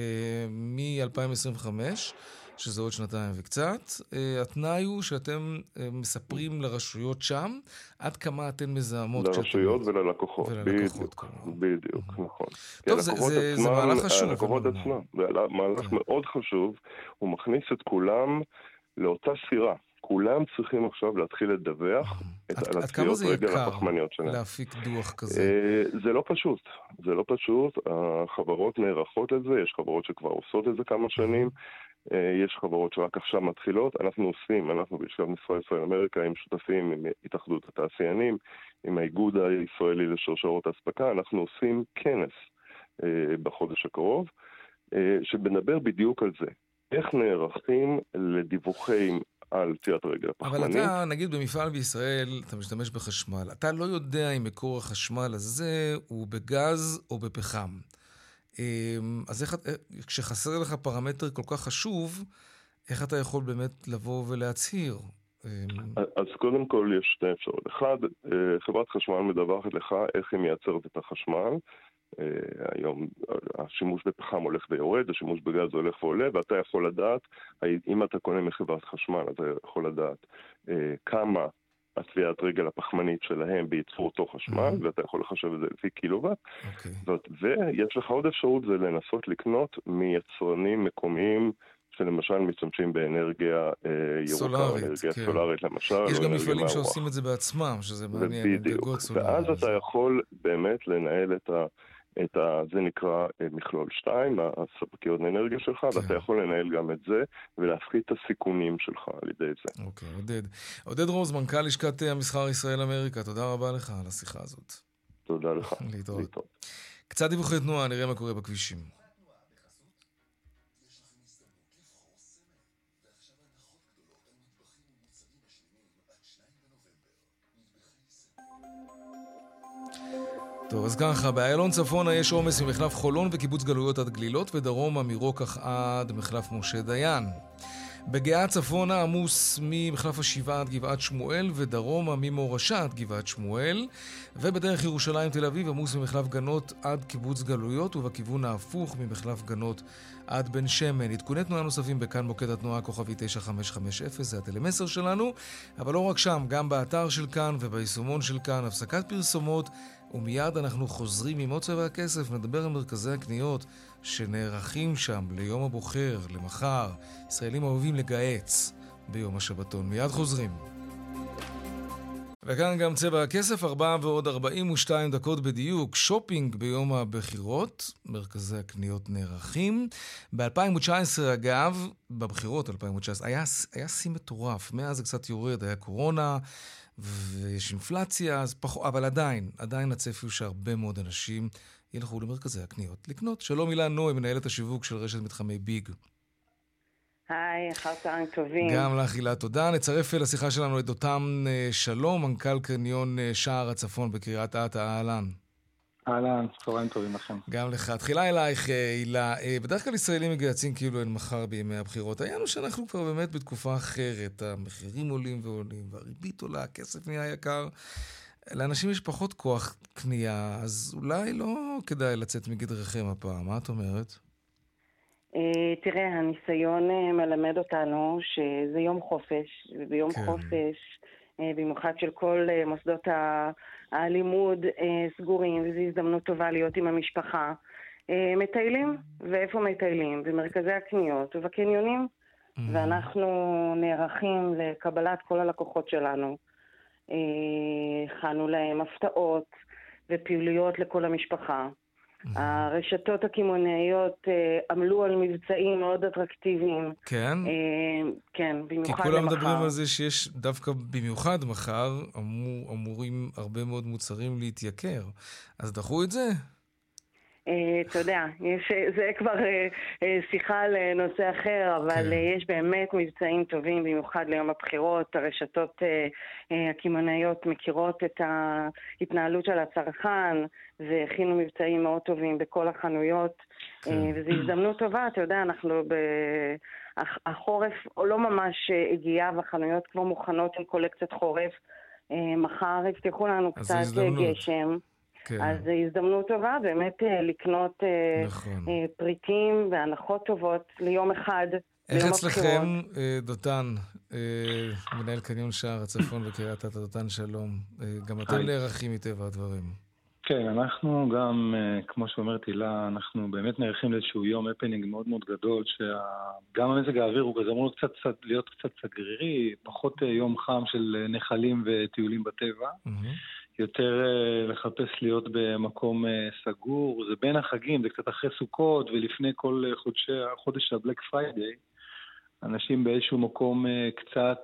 מ-אלפיים עשרים וחמש, שזה עוד שנתיים וקצת, התנאי הוא שאתם מספרים לרשויות שם, עד כמה אתן מזהמות. לרשויות וללקוחות. וללקוחות. בדיוק, נכון. טוב, זה מהלך חשוב. הלקוחות עצמם, זה מהלך מאוד חשוב, הוא מכניס את כולם לאותה סירה. כולם צריכים עכשיו להתחיל לדווח על התביעות רגל הפחמניות שלהם. להפיק דוח כזה? זה לא פשוט. זה לא פשוט. החברות נערכות את זה, יש חברות שכבר עושות את זה כמה שנים, יש חברות שרק עכשיו מתחילות. אנחנו עושים, אנחנו בלשכת מסחר ישראל אמריקה, עם שותפים, עם התאחדות התעשיינים, עם האיגוד הישראלי לשרשרות האספקה, אנחנו עושים כנס בחודש הקרוב, שמדבר בדיוק על זה. איך נערכים לדיווחים על תביעת רגל הפחמנית. אבל אתה, נגיד במפעל בישראל, אתה משתמש בחשמל. אתה לא יודע אם מקור החשמל הזה הוא בגז או בפחם. אז איך, כשחסר לך פרמטר כל כך חשוב, איך אתה יכול באמת לבוא ולהצהיר? אז קודם כל יש שתי אפשרות. אחד, חברת חשמל מדווחת לך איך היא מייצרת את החשמל. היום השימוש בפחם הולך ויורד, השימוש בגז הולך ועולה, ואתה יכול לדעת, אם אתה קונה מחברת חשמל, אתה יכול לדעת כמה התביעת רגל הפחמנית שלהם בייצור אותו חשמל, mm-hmm. ואתה יכול לחשב את זה לפי קילוואט. Okay. ויש לך עוד אפשרות, זה לנסות לקנות מיצרנים מקומיים, שלמשל משתמשים באנרגיה סולארית, ירוקה, אנרגיה כן. סולארית למשל. יש גם מפעלים שעושים את זה בעצמם, שזה מעניין. בדיוק. ואז אתה יכול באמת לנהל את ה... את ה... זה נקרא מכלול שתיים, הספקיות האנרגיה שלך, כן. ואתה יכול לנהל גם את זה, ולהפחית את הסיכונים שלך על ידי זה. אוקיי, עודד. עודד רוז, מנכ"ל לשכת המסחר ישראל אמריקה, תודה רבה לך על השיחה הזאת. תודה לך. להתראות. להתראות. קצת דיווחי תנועה, נראה מה קורה בכבישים. טוב, אז ככה, באיילון צפונה יש עומס ממחלף חולון וקיבוץ גלויות עד גלילות, ודרומה מרוקח עד מחלף משה דיין. בגאה צפונה עמוס ממחלף השבעה עד גבעת שמואל, ודרומה ממורשה עד גבעת שמואל, ובדרך ירושלים תל אביב עמוס ממחלף גנות עד קיבוץ גלויות, ובכיוון ההפוך ממחלף גנות עד בן שמן. עדכוני תנועה נוספים בכאן מוקד התנועה כוכבי תשע חמש חמש אפס, זה הטלמסר שלנו, אבל לא רק שם, גם באתר של כאן וביישומון של כאן. הפסקת פרסומות, ומיד אנחנו חוזרים עם עוד צבע הכסף, נדבר על מרכזי הקניות שנערכים שם ליום הבוחר, למחר. ישראלים אוהבים לגייץ ביום השבתון. מיד חוזרים. וכאן גם צבע הכסף, ארבע ועוד ארבעים ושתיים דקות בדיוק. שופינג ביום הבחירות, מרכזי הקניות נערכים. ב-אלפיים תשע עשרה אגב, בבחירות אלפיים תשע עשרה, היה, היה סי מטורף. מאז זה קצת יורד, היה קורונה, ויש אינפלציה, אז פח... אבל עדיין, עדיין הצפי הוא שהרבה מאוד אנשים ילכו למרכזי הקניות לקנות. שלום אילן נוי, מנהלת השיווק של רשת מתחמי ביג. היי, אחר צהריים טובים. גם לך הילה, תודה. נצרף לשיחה שלנו את אותם שלום, מנכ"ל קניון שער הצפון בקריית אתא, אהלן. אהלן, צהריים טובים לכם. גם לך. תחילה אלייך, הילה. בדרך כלל ישראלים מגייסים כאילו אין מחר בימי הבחירות. העניין הוא שאנחנו כבר באמת בתקופה אחרת. המחירים עולים ועולים, והריבית עולה, הכסף נהיה יקר. לאנשים יש פחות כוח קנייה, אז אולי לא כדאי לצאת מגדרכם הפעם. מה את אומרת? תראה, הניסיון מלמד אותנו שזה יום חופש, וביום חופש, במיוחד של כל מוסדות הלימוד סגורים, וזו הזדמנות טובה להיות עם המשפחה. מטיילים, ואיפה מטיילים? במרכזי הקניות ובקניונים, ואנחנו נערכים לקבלת כל הלקוחות שלנו. הכנו להם הפתעות ופעילויות לכל המשפחה. הרשתות הקמעונאיות עמלו על מבצעים מאוד אטרקטיביים. כן? כן, במיוחד למחר. כי כולם מדברים על זה שיש דווקא במיוחד מחר אמור, אמורים הרבה מאוד מוצרים להתייקר. אז דחו את זה? אתה יודע, יש, זה כבר שיחה לנושא אחר, אבל יש באמת מבצעים טובים, במיוחד ליום הבחירות. הרשתות הקמעונאיות מכירות את ההתנהלות של הצרכן, והכינו מבצעים מאוד טובים בכל החנויות, וזו הזדמנות טובה. אתה יודע, אנחנו בחורף לא ממש הגיע, והחנויות כבר מוכנות עם קולקציית חורף. מחר הבטיחו לנו קצת גשם. כן. אז זו הזדמנות טובה באמת לקנות נכון. פריטים והנחות טובות ליום אחד. איך אצלכם, דותן, מנהל קניון שער הצפון וקריית אתא, דותן שלום, גם אתם נערכים מטבע הדברים? כן, אנחנו גם, כמו שאומרת הילה, אנחנו באמת נערכים לאיזשהו יום הפנינג מאוד מאוד גדול, שגם המזג האוויר הוא גם אמור קצת, להיות קצת סגרירי, פחות יום חם של נחלים וטיולים בטבע. יותר לחפש להיות במקום סגור, זה בין החגים, זה קצת אחרי סוכות, ולפני כל חודשי, חודש של הבלק פריידיי, אנשים באיזשהו מקום קצת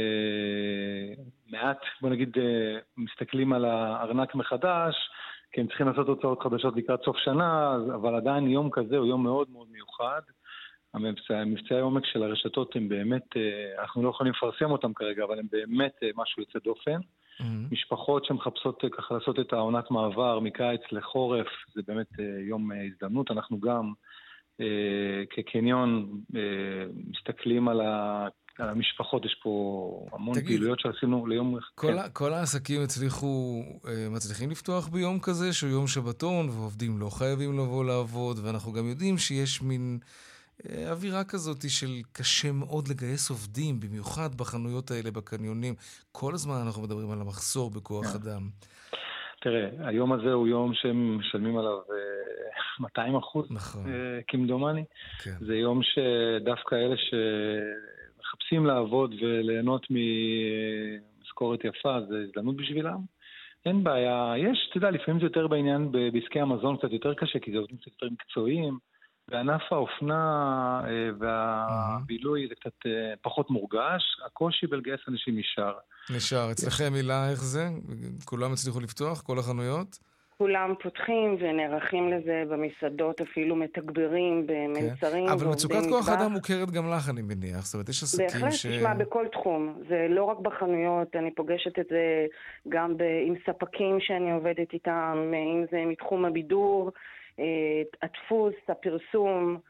מעט, בוא נגיד, מסתכלים על הארנק מחדש, כי הם צריכים לעשות הוצאות חדשות לקראת סוף שנה, אבל עדיין יום כזה הוא יום מאוד מאוד מיוחד. המבצעי, מבצעי העומק של הרשתות הם באמת, אנחנו לא יכולים לפרסם אותם כרגע, אבל הם באמת משהו יוצא דופן. Mm-hmm. משפחות שמחפשות ככה לעשות את העונת מעבר מקיץ לחורף, זה באמת יום הזדמנות. אנחנו גם אה, כקניון אה, מסתכלים על, ה, על המשפחות, יש פה המון תגיד, פעילויות שעשינו ליום... כל, כן. ה, כל העסקים הצליחו, מצליחים לפתוח ביום כזה, שהוא יום שבתון, ועובדים לא חייבים לבוא לעבוד, ואנחנו גם יודעים שיש מין... אווירה כזאת של קשה מאוד לגייס עובדים, במיוחד בחנויות האלה, בקניונים. כל הזמן אנחנו מדברים על המחסור בכוח אדם. תראה, היום הזה הוא יום שהם משלמים עליו מאתיים אחוז, נכון. כמדומני. כן. זה יום שדווקא אלה שמחפשים לעבוד וליהנות ממשכורת יפה, זה הזדמנות בשבילם. אין בעיה. יש, אתה יודע, לפעמים זה יותר בעניין בעסקי המזון קצת יותר קשה, כי זה עובדים קצת יותר מקצועיים. בענף האופנה והבילוי זה קצת פחות מורגש, הקושי בלגייס אנשים נשאר. נשאר. אצלכם מילה איך זה? כולם הצליחו לפתוח? כל החנויות? כולם פותחים ונערכים לזה במסעדות, אפילו מתגברים במלצרים. אבל מצוקת כוח אדם מוכרת גם לך, אני מניח. זאת אומרת, יש עסקים ש... בהחלט, תשמע, בכל תחום. זה לא רק בחנויות, אני פוגשת את זה גם עם ספקים שאני עובדת איתם, אם זה מתחום הבידור, הדפוס, הפרסום,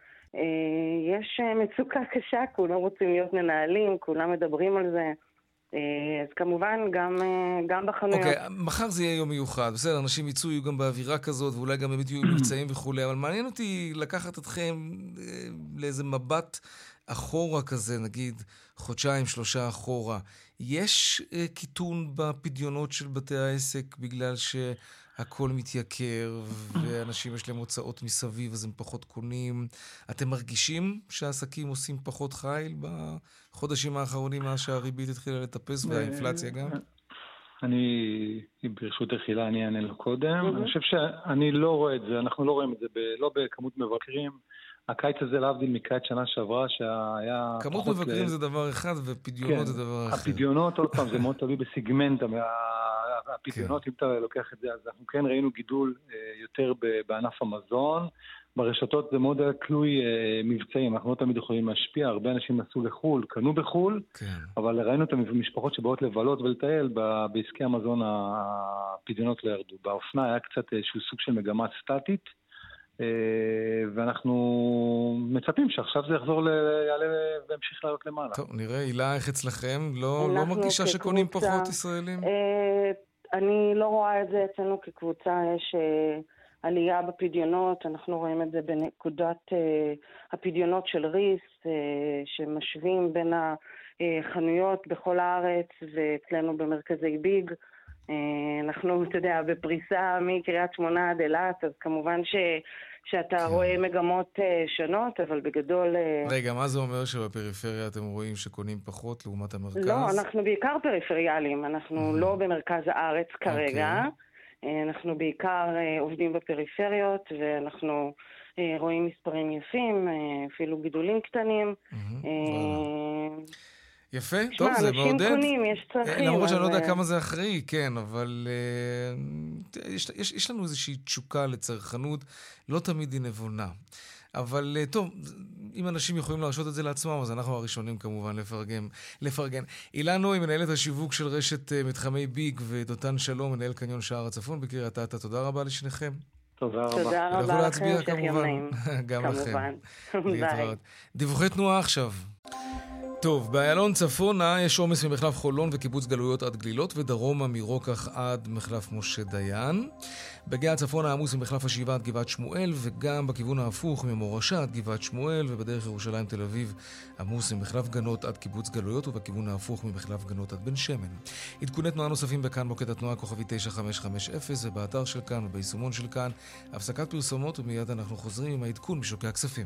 יש מצוקה קשה, כולם רוצים להיות מנהלים, כולם מדברים על זה. אז כמובן גם, גם בחנויות. אוקיי, okay, מחר זה יהיה יום מיוחד, בסדר, אנשים יצאו יהיו גם באווירה כזאת, ואולי גם באמת יהיו מבצעים וכולי, אבל מעניין אותי לקחת אתכם לאיזה מבט אחורה כזה, נגיד חודשיים, שלושה אחורה. יש קיטון בפדיונות של בתי העסק בגלל שהכל מתייקר, ואנשים יש להם הוצאות מסביב, אז הם פחות קונים. אתם מרגישים שהעסקים עושים פחות חיל בחודשים האחרונים, מאז שהריבית התחילה לטפס והאינפלציה גם? אני, ברשות תחילה, אני אענה לו קודם. אני חושב שאני לא רואה את זה, אנחנו לא רואים את זה, לא בכמות מבקרים. הקיץ הזה להבדיל מקיץ שנה שעברה שהיה... כמות מבקרים זה דבר אחד ופדיונות זה דבר אחר. הפדיונות, עוד פעם, זה מאוד תלוי בסיגמנט. הפדיונות, אם אתה לוקח את זה, אז אנחנו כן ראינו גידול יותר בענף המזון. ברשתות זה מאוד תלוי מבצעים, אנחנו לא תמיד יכולים להשפיע, הרבה אנשים נסעו לחול, קנו בחול, כן. אבל ראינו את המשפחות שבאות לבלות ולטייל, בעסקי המזון הפדיונות לא ירדו. באופנה היה קצת איזשהו סוג של מגמה סטטית, ואנחנו מצפים שעכשיו זה יחזור ליעלה והמשיך לעלות למעלה. טוב, נראה, הילה, איך אצלכם? לא, לא מרגישה שקונים פחות ישראלים? אני לא רואה את זה אצלנו כקבוצה, יש עלייה בפדיונות, אנחנו רואים את זה בנקודת הפדיונות של ריס, שמשווים בין החנויות בכל הארץ, ואצלנו במרכזי ביג, אנחנו, אתה יודע, בפריסה מקריית שמונה עד אילת, אז כמובן ש... שאתה רואה מגמות שונות, אבל בגדול... רגע, מה זה אומר שבפריפריה אתם רואים שקונים פחות לעומת המרכז? לא, אנחנו בעיקר פריפריאליים, אנחנו לא במרכז הארץ כרגע, אנחנו בעיקר עובדים בפריפריות, ואנחנו רואים מספרים יפים, אפילו גידולים קטנים. יפה, טוב, זה מעודד. אנשים קונים, יש צרכים. למרות שאני לא יודע כמה זה אחראי, כן, אבל יש, יש, יש לנו איזושהי תשוקה לצרכנות, לא תמיד היא נבונה. אבל טוב, אם אנשים יכולים להרשות את זה לעצמם, אז אנחנו הראשונים כמובן לפרגן. לפרגן. אילנו היא מנהלת השיווק של רשת מתחמי ביג, ודותן שלום, מנהל קניון שער הצפון בקריית אתא. תודה רבה לשניכם. תודה רבה. תודה רבה לכם, שכם נעים. גם לכם. ביי. דיווחי תנועה עכשיו. טוב, באיילון צפונה יש עומס ממחלף חולון וקיבוץ גלויות עד גלילות, ודרומה מרוקח עד מחלף משה דיין. בגאה צפונה עמוס ממחלף השבעה עד גבעת שמואל, וגם בכיוון ההפוך ממורשה עד גבעת שמואל, ובדרך ירושלים תל אביב עמוס ממחלף גנות עד קיבוץ גלויות, ובכיוון ההפוך ממחלף גנות עד בן שמן. עדכוני תנועה נוספים בכאן מוקד התנועה כוכבי תשע חמש חמש אפס, ובאתר של כאן וביישומון של כאן. הפסקת פרסומות, ומיד אנחנו חוזרים עם העדכון משוקי הכספים.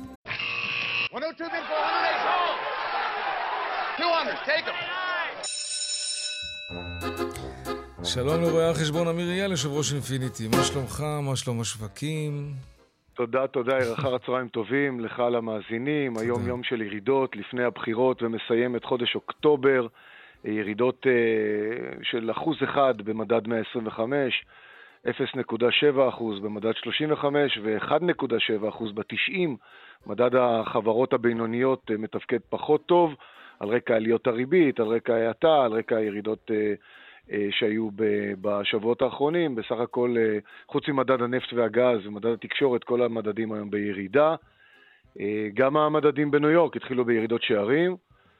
שלום לרואה החשבון אמיר אייל, יושב ראש אינפיניטי. מה שלומך? מה שלום השווקים? תודה, תודה, אחר הצהריים טובים לך למאזינים. היום יום של ירידות לפני הבחירות ומסיים את חודש אוקטובר. ירידות uh, של אחוז אחד במדד מאה עשרים וחמש, אפס נקודה שבע אחוז במדד שלושים וחמש ו-אחד נקודה שבע אחוז ב-תשעים. מדד החברות הבינוניות uh, מתפקד פחות טוב. על רקע עליות הריבית, על רקע ההאטה, על רקע הירידות אה, אה, שהיו ב, בשבועות האחרונים. בסך הכל, אה, חוץ ממדד הנפט והגז ומדד התקשורת, כל המדדים היום בירידה. אה, גם המדדים בניו יורק התחילו בירידות שערים.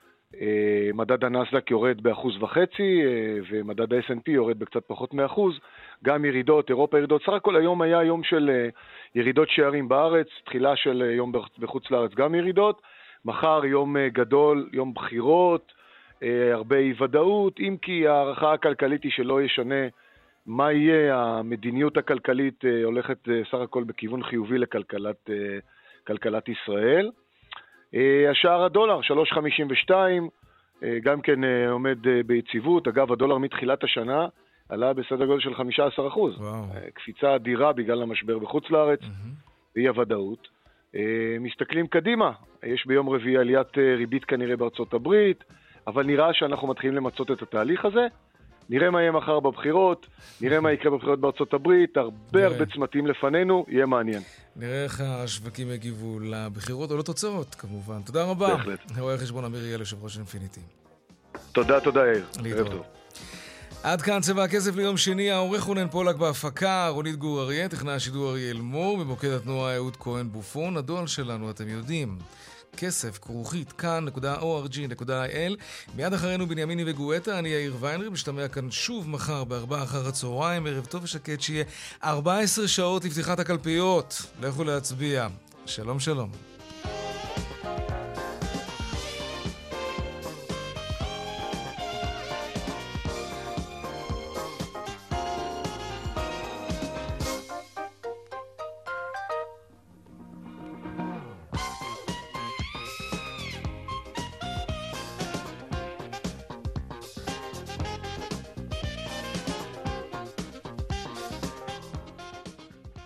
אה, מדד הנסדק יורד באחוז וחצי, אה, ומדד ה-אס אנד פי יורד בקצת פחות מאחוז. גם ירידות, אירופה ירידות. סך הכל היום היה יום של אה, ירידות שערים בארץ, תחילה של אה, יום בחוץ לארץ גם ירידות. מחר יום גדול, יום בחירות, אה, הרבה אי ודאות, אם כי הערכה הכלכלית היא שלא ישנה מה יהיה, המדיניות הכלכלית אה, הולכת אה, סך הכל בכיוון חיובי לכלכלת אה, כלכלת ישראל. אה, השער הדולר, שלוש חמישים ושתיים, אה, גם כן אה, עומד אה, ביציבות. אגב, הדולר מתחילת השנה עלה בסדר גודל של חמישה עשר אחוז. אה, קפיצה אדירה בגלל המשבר בחוץ לארץ, mm-hmm. ואי הוודאות. מסתכלים קדימה, יש ביום רביעי עליית ריבית כנראה בארצות הברית, אבל נראה שאנחנו מתחילים למצות את התהליך הזה. נראה מה יהיה מחר בבחירות, נראה מה יקרה בבחירות בארצות הברית, הרבה הרבה צמתים לפנינו, יהיה מעניין. נראה איך השווקים יגיבו לבחירות או לתוצאות כמובן. תודה רבה. בהחלט. רואה חשבון אמיר אייל, יושב ראש אינפיניטי. תודה, תודה יאיר. ערב טוב. עד כאן צבע הכסף ליום שני, העורך רונן פולק בהפקה, רונית גור אריה, טכנאי השידור אריאל מור, במוקד התנועה אהוד כהן בופון. הדואל שלנו, אתם יודעים, כסף, כרוכית, כאן נקודה או אר ג'י נקודה איי אל. מיד אחרינו בנימיני וגואטה, אני יאיר ויינריב, משתמע כאן שוב מחר בארבע אחר הצהריים, ערב טוב ושקט, שיהיה ארבע עשרה שעות לפתיחת הקלפיות. לכו להצביע. שלום שלום.